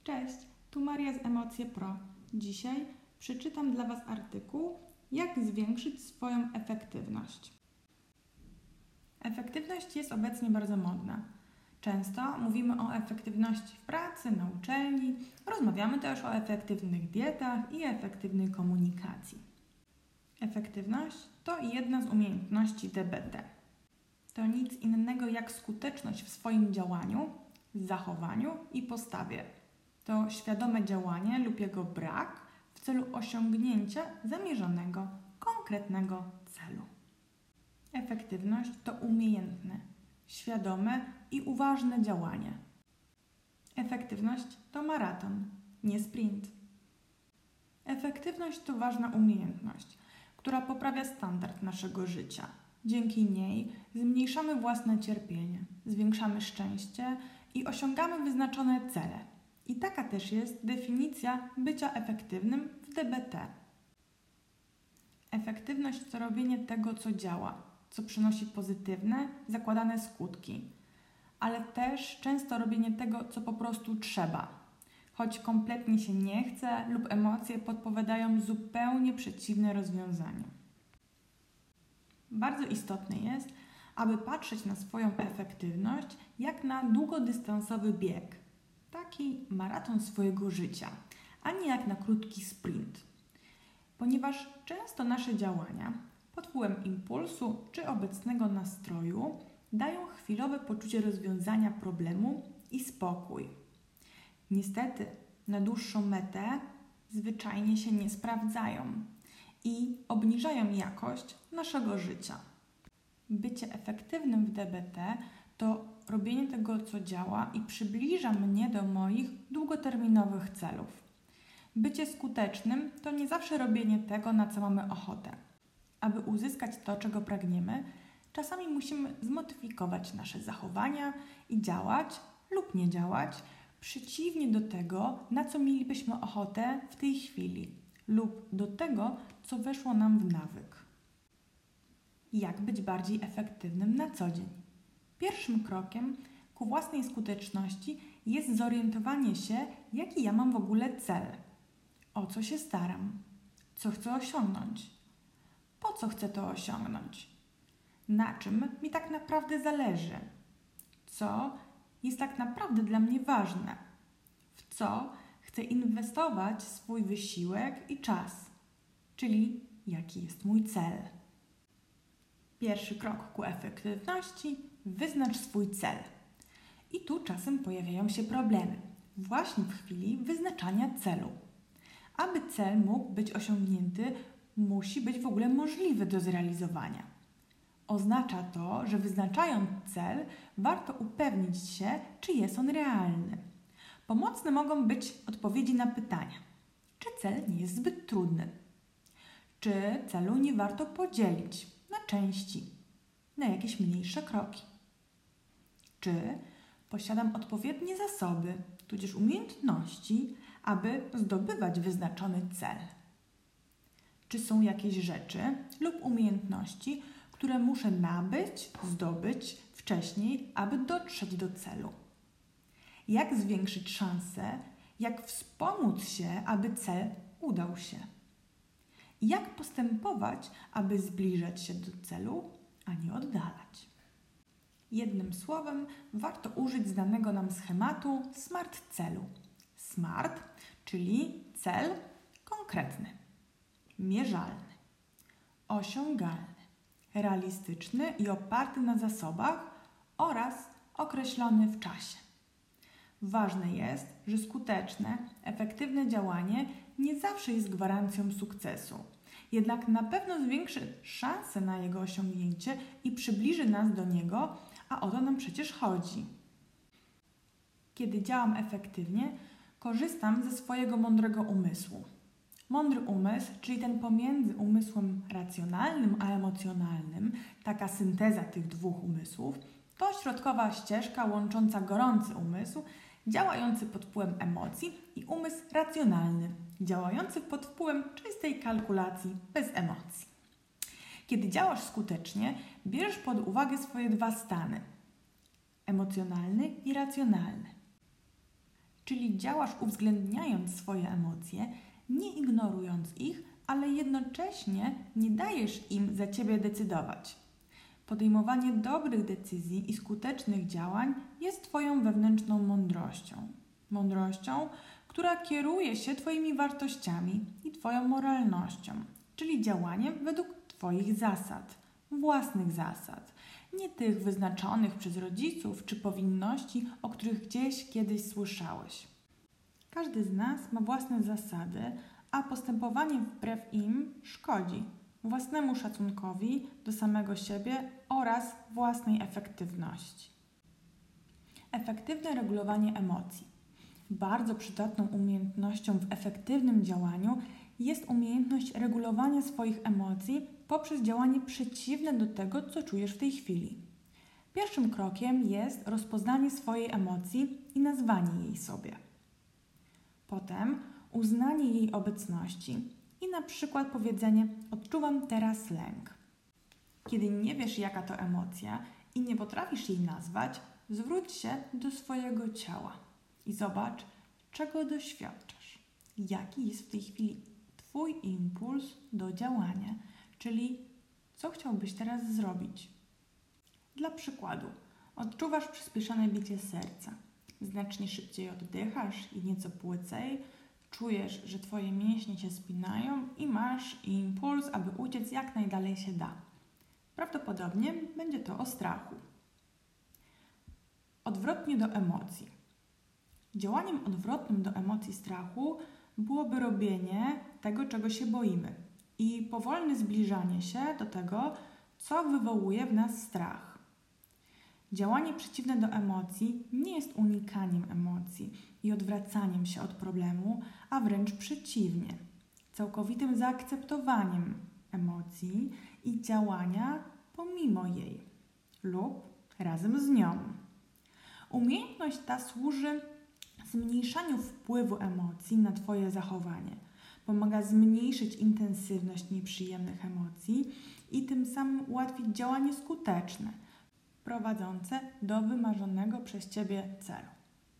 Cześć, tu Maria z Emocje Pro. Dzisiaj przeczytam dla Was artykuł Jak zwiększyć swoją efektywność. Efektywność jest obecnie bardzo modna. Często mówimy o efektywności w pracy, na uczelni, rozmawiamy też o efektywnych dietach i efektywnej komunikacji. Efektywność to jedna z umiejętności DBT. To nic innego jak skuteczność w swoim działaniu, zachowaniu i postawie. To świadome działanie lub jego brak w celu osiągnięcia zamierzonego, konkretnego celu. Efektywność to umiejętne, świadome i uważne działanie. Efektywność to maraton, nie sprint. Efektywność to ważna umiejętność, która poprawia standard naszego życia. Dzięki niej zmniejszamy własne cierpienie, zwiększamy szczęście i osiągamy wyznaczone cele. I taka też jest definicja bycia efektywnym w DBT. Efektywność to robienie tego, co działa, co przynosi pozytywne, zakładane skutki, ale też często robienie tego, co po prostu trzeba, choć kompletnie się nie chce lub emocje podpowiadają zupełnie przeciwne rozwiązanie. Bardzo istotne jest, aby patrzeć na swoją efektywność jak na długodystansowy bieg, taki maraton swojego życia, a nie jak na krótki sprint. Ponieważ często nasze działania pod wpływem impulsu czy obecnego nastroju dają chwilowe poczucie rozwiązania problemu i spokój. Niestety na dłuższą metę zwyczajnie się nie sprawdzają i obniżają jakość naszego życia. Bycie efektywnym w DBT to robienie tego, co działa i przybliża mnie do moich długoterminowych celów. Bycie skutecznym to nie zawsze robienie tego, na co mamy ochotę. Aby uzyskać to, czego pragniemy, czasami musimy zmodyfikować nasze zachowania i działać lub nie działać przeciwnie do tego, na co mielibyśmy ochotę w tej chwili lub do tego, co weszło nam w nawyk. Jak być bardziej efektywnym na co dzień? Pierwszym krokiem ku własnej skuteczności jest zorientowanie się, jaki ja mam w ogóle cel, o co się staram, co chcę osiągnąć, po co chcę to osiągnąć, na czym mi tak naprawdę zależy, co jest tak naprawdę dla mnie ważne, w co chcę inwestować swój wysiłek i czas, czyli jaki jest mój cel. Pierwszy krok ku efektywności – wyznacz swój cel. I tu czasem pojawiają się problemy, właśnie w chwili wyznaczania celu. Aby cel mógł być osiągnięty, musi być w ogóle możliwy do zrealizowania. Oznacza to, że wyznaczając cel, warto upewnić się, czy jest on realny. Pomocne mogą być odpowiedzi na pytania. Czy cel nie jest zbyt trudny? Czy celu nie warto podzielić na części, na jakieś mniejsze kroki? Czy posiadam odpowiednie zasoby, tudzież umiejętności, aby zdobywać wyznaczony cel? Czy są jakieś rzeczy lub umiejętności, które muszę nabyć, zdobyć wcześniej, aby dotrzeć do celu? Jak zwiększyć szanse, jak wspomóc się, aby cel udał się? Jak postępować, aby zbliżać się do celu, a nie oddalać? Jednym słowem, warto użyć znanego nam schematu SMART celu. SMART, czyli cel konkretny, mierzalny, osiągalny, realistyczny i oparty na zasobach oraz określony w czasie. Ważne jest, że skuteczne, efektywne działanie nie zawsze jest gwarancją sukcesu. Jednak na pewno zwiększy szanse na jego osiągnięcie i przybliży nas do niego, a o to nam przecież chodzi. Kiedy działam efektywnie, korzystam ze swojego mądrego umysłu. Mądry umysł, czyli ten pomiędzy umysłem racjonalnym a emocjonalnym, taka synteza tych dwóch umysłów, to środkowa ścieżka łącząca gorący umysł, działający pod wpływem emocji i umysł racjonalny, działający pod wpływem czystej kalkulacji, bez emocji. Kiedy działasz skutecznie, bierzesz pod uwagę swoje dwa stany – emocjonalny i racjonalny. czyli działasz uwzględniając swoje emocje, nie ignorując ich, ale jednocześnie nie dajesz im za ciebie decydować. Podejmowanie dobrych decyzji i skutecznych działań jest twoją wewnętrzną mądrością. Mądrością, która kieruje się twoimi wartościami i twoją moralnością, czyli działaniem według twoich zasad, własnych zasad, nie tych wyznaczonych przez rodziców czy powinności, o których gdzieś kiedyś słyszałeś. Każdy z nas ma własne zasady, a postępowanie wbrew im szkodzi własnemu szacunkowi do samego siebie oraz własnej efektywności. Efektywne regulowanie emocji. Bardzo przydatną umiejętnością w efektywnym działaniu jest umiejętność regulowania swoich emocji poprzez działanie przeciwne do tego, co czujesz w tej chwili. Pierwszym krokiem jest rozpoznanie swojej emocji i nazwanie jej sobie. Potem uznanie jej obecności i na przykład powiedzenie: odczuwam teraz lęk. Kiedy nie wiesz, jaka to emocja i nie potrafisz jej nazwać, zwróć się do swojego ciała i zobacz, czego doświadczasz. Jaki jest w tej chwili twój impuls do działania, czyli co chciałbyś teraz zrobić. Dla przykładu, odczuwasz przyspieszone bicie serca, znacznie szybciej oddychasz i nieco płycej, czujesz, że twoje mięśnie się spinają i masz impuls, aby uciec jak najdalej się da. Prawdopodobnie będzie to o strachu. Odwrotnie do emocji. Działaniem odwrotnym do emocji strachu byłoby robienie tego, czego się boimy i powolne zbliżanie się do tego, co wywołuje w nas strach. Działanie przeciwne do emocji nie jest unikaniem emocji i odwracaniem się od problemu, a wręcz przeciwnie, całkowitym zaakceptowaniem emocji i działania pomimo jej lub razem z nią. Umiejętność ta służy zmniejszaniu wpływu emocji na twoje zachowanie. Pomaga zmniejszyć intensywność nieprzyjemnych emocji i tym samym ułatwić działanie skuteczne, prowadzące do wymarzonego przez ciebie celu.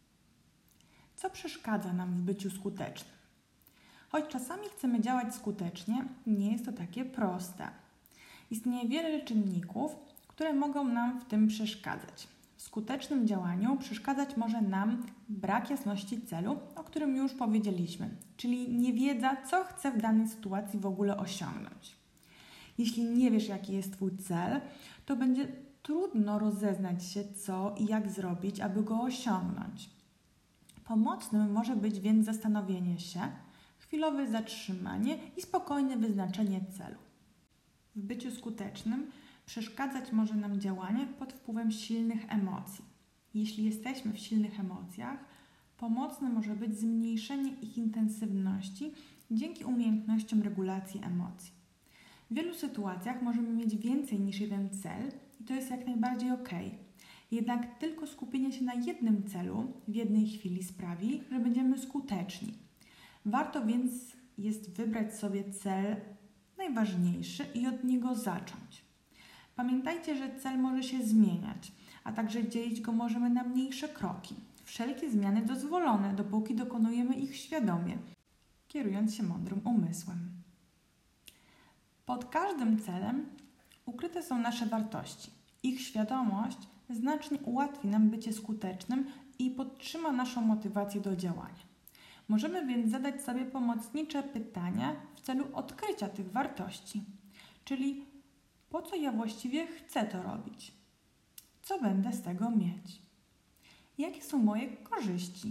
Co przeszkadza nam w byciu skutecznym? Choć czasami chcemy działać skutecznie, nie jest to takie proste. Istnieje wiele czynników, które mogą nam w tym przeszkadzać. W skutecznym działaniu przeszkadzać może nam brak jasności celu, o którym już powiedzieliśmy, czyli niewiedza, co chcę w danej sytuacji w ogóle osiągnąć. Jeśli nie wiesz, jaki jest twój cel, to będzie trudno rozeznać się, co i jak zrobić, aby go osiągnąć. Pomocnym może być więc zastanowienie się, chwilowe zatrzymanie i spokojne wyznaczenie celu. W byciu skutecznym przeszkadzać może nam działanie pod wpływem silnych emocji. Jeśli jesteśmy w silnych emocjach, pomocne może być zmniejszenie ich intensywności dzięki umiejętnościom regulacji emocji. W wielu sytuacjach możemy mieć więcej niż jeden cel i to jest jak najbardziej okej. Jednak tylko skupienie się na jednym celu w jednej chwili sprawi, że będziemy skuteczni. Warto więc jest wybrać sobie cel najważniejszy i od niego zacząć. Pamiętajcie, że cel może się zmieniać, a także dzielić go możemy na mniejsze kroki. Wszelkie zmiany dozwolone, dopóki dokonujemy ich świadomie, kierując się mądrym umysłem. Pod każdym celem ukryte są nasze wartości. Ich świadomość znacznie ułatwi nam bycie skutecznym i podtrzyma naszą motywację do działania. Możemy więc zadać sobie pomocnicze pytania w celu odkrycia tych wartości, czyli po co ja właściwie chcę to robić? Co będę z tego mieć? Jakie są moje korzyści?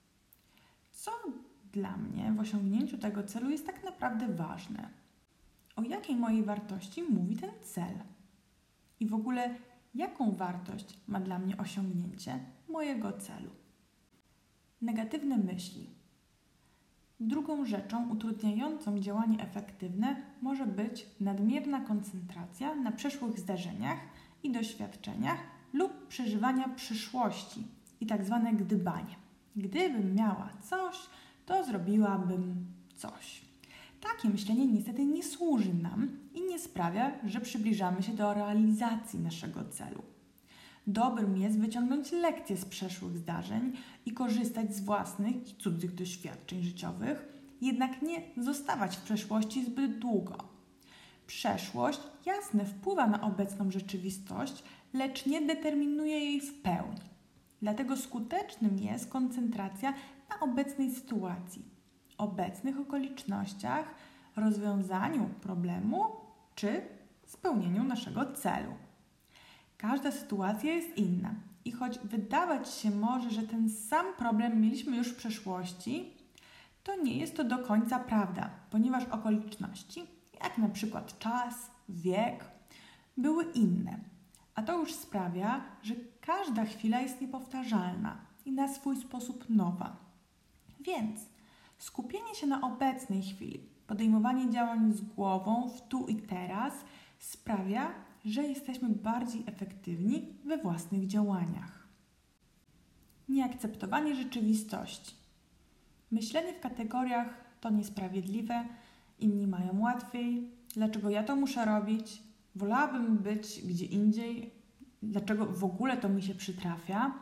Co dla mnie w osiągnięciu tego celu jest tak naprawdę ważne? O jakiej mojej wartości mówi ten cel? I w ogóle jaką wartość ma dla mnie osiągnięcie mojego celu? Negatywne myśli. Drugą rzeczą utrudniającą działanie efektywne może być nadmierna koncentracja na przeszłych zdarzeniach i doświadczeniach lub przeżywania przyszłości i tak zwane gdybanie. Gdybym miała coś, to zrobiłabym coś. Takie myślenie niestety nie służy nam i nie sprawia, że przybliżamy się do realizacji naszego celu. Dobrym jest wyciągnąć lekcje z przeszłych zdarzeń i korzystać z własnych i cudzych doświadczeń życiowych, jednak nie zostawać w przeszłości zbyt długo. Przeszłość, jasne, wpływa na obecną rzeczywistość, lecz nie determinuje jej w pełni. Dlatego skutecznym jest koncentracja na obecnej sytuacji, obecnych okolicznościach, rozwiązaniu problemu czy spełnieniu naszego celu. Każda sytuacja jest inna i choć wydawać się może, że ten sam problem mieliśmy już w przeszłości, to nie jest to do końca prawda, ponieważ okoliczności, jak na przykład czas, wiek, były inne. A to już sprawia, że każda chwila jest niepowtarzalna i na swój sposób nowa. Więc skupienie się na obecnej chwili, podejmowanie działań z głową w tu i teraz sprawia, że jesteśmy bardziej efektywni we własnych działaniach. Nieakceptowanie rzeczywistości. Myślenie w kategoriach to niesprawiedliwe, inni mają łatwiej, dlaczego ja to muszę robić, wolałabym być gdzie indziej, dlaczego w ogóle to mi się przytrafia,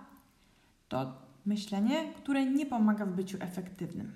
to myślenie, które nie pomaga w byciu efektywnym.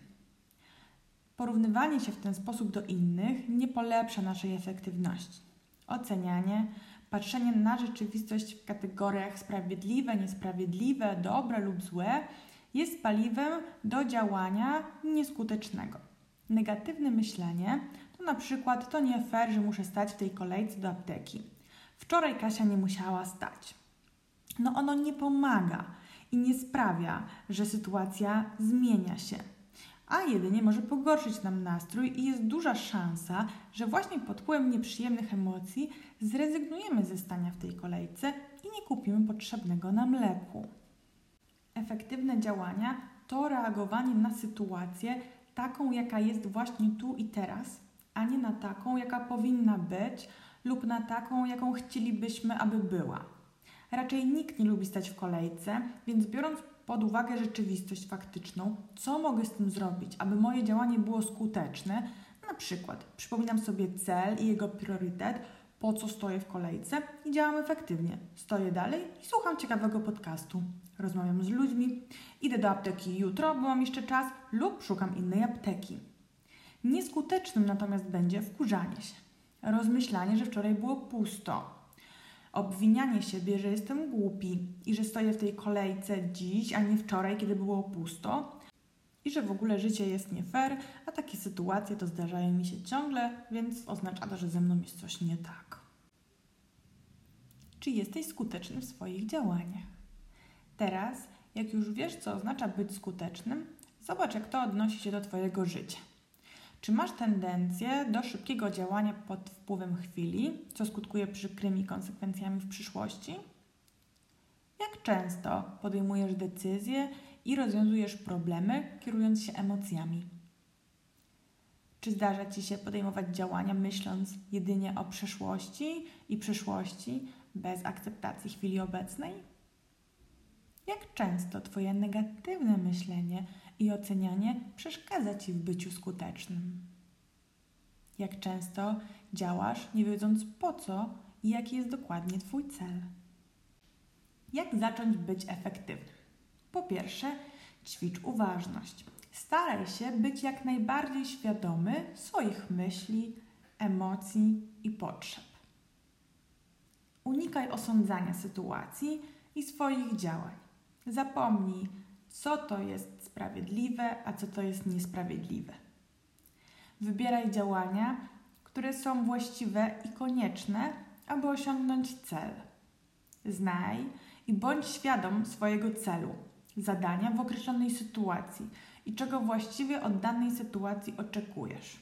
Porównywanie się w ten sposób do innych nie polepsza naszej efektywności. Ocenianie, patrzenie na rzeczywistość w kategoriach sprawiedliwe, niesprawiedliwe, dobre lub złe jest paliwem do działania nieskutecznego. Negatywne myślenie to na przykład to nie fair, że muszę stać w tej kolejce do apteki. Wczoraj Kasia nie musiała stać. Ono nie pomaga i nie sprawia, że sytuacja zmienia się, a jedynie może pogorszyć nam nastrój i jest duża szansa, że właśnie pod wpływem nieprzyjemnych emocji zrezygnujemy ze stania w tej kolejce i nie kupimy potrzebnego nam leku. Efektywne działania to reagowanie na sytuację taką, jaka jest właśnie tu i teraz, a nie na taką, jaka powinna być lub na taką, jaką chcielibyśmy, aby była. Raczej nikt nie lubi stać w kolejce, więc biorąc pod uwagę rzeczywistość faktyczną, co mogę z tym zrobić, aby moje działanie było skuteczne, na przykład przypominam sobie cel i jego priorytet, po co stoję w kolejce i działam efektywnie. Stoję dalej i słucham ciekawego podcastu. Rozmawiam z ludźmi, idę do apteki jutro, bo mam jeszcze czas lub szukam innej apteki. Nieskutecznym natomiast będzie wkurzanie się, rozmyślanie, że wczoraj było pusto, obwinianie siebie, że jestem głupi i że stoję w tej kolejce dziś, a nie wczoraj, kiedy było pusto i że w ogóle życie jest nie fair, a takie sytuacje to zdarzają mi się ciągle, więc oznacza to, że ze mną jest coś nie tak. Czy jesteś skuteczny w swoich działaniach? Teraz, jak już wiesz, co oznacza być skutecznym, zobacz, jak to odnosi się do Twojego życia. Czy masz tendencję do szybkiego działania pod wpływem chwili, co skutkuje przykrymi konsekwencjami w przyszłości? Jak często podejmujesz decyzje i rozwiązujesz problemy, kierując się emocjami? Czy zdarza Ci się podejmować działania, myśląc jedynie o przeszłości i przyszłości, bez akceptacji chwili obecnej? Jak często Twoje negatywne myślenie i ocenianie przeszkadza Ci w byciu skutecznym? Jak często działasz, nie wiedząc po co i jaki jest dokładnie Twój cel? Jak zacząć być efektywnym? Po pierwsze, ćwicz uważność. Staraj się być jak najbardziej świadomy swoich myśli, emocji i potrzeb. Unikaj osądzania sytuacji i swoich działań. Zapomnij, co to jest sprawiedliwe, a co to jest niesprawiedliwe. Wybieraj działania, które są właściwe i konieczne, aby osiągnąć cel. Znaj i bądź świadom swojego celu, zadania w określonej sytuacji i czego właściwie od danej sytuacji oczekujesz.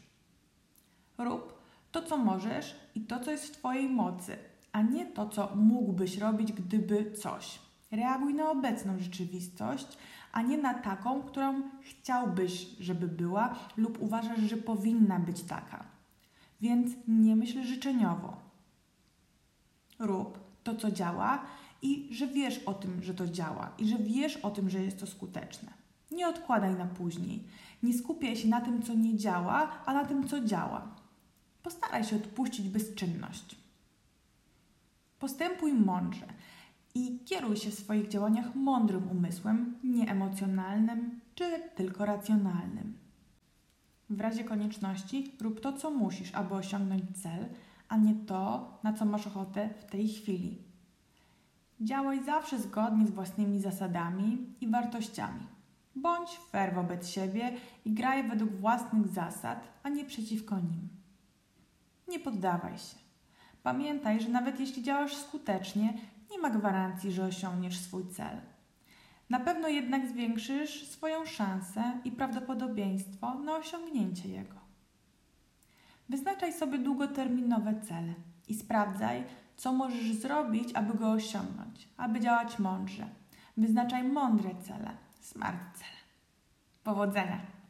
Rób to, co możesz i to, co jest w Twojej mocy, a nie to, co mógłbyś robić, gdyby coś. Reaguj na obecną rzeczywistość, a nie na taką, którą chciałbyś, żeby była lub uważasz, że powinna być taka. Więc nie myśl życzeniowo. Rób to, co działa i że wiesz o tym, że to działa i że wiesz o tym, że jest to skuteczne. Nie odkładaj na później. Nie skupiaj się na tym, co nie działa, a na tym, co działa. Postaraj się odpuścić bezczynność. Postępuj mądrze I kieruj się w swoich działaniach mądrym umysłem, nie emocjonalnym czy tylko racjonalnym. W razie konieczności rób to, co musisz, aby osiągnąć cel, a nie to, na co masz ochotę w tej chwili. Działaj zawsze zgodnie z własnymi zasadami i wartościami. Bądź fair wobec siebie i graj według własnych zasad, a nie przeciwko nim. Nie poddawaj się. Pamiętaj, że nawet jeśli działasz skutecznie, nie ma gwarancji, że osiągniesz swój cel. Na pewno jednak zwiększysz swoją szansę i prawdopodobieństwo na osiągnięcie jego. Wyznaczaj sobie długoterminowe cele i sprawdzaj, co możesz zrobić, aby go osiągnąć, aby działać mądrze. Wyznaczaj mądre cele, smart cele. Powodzenia!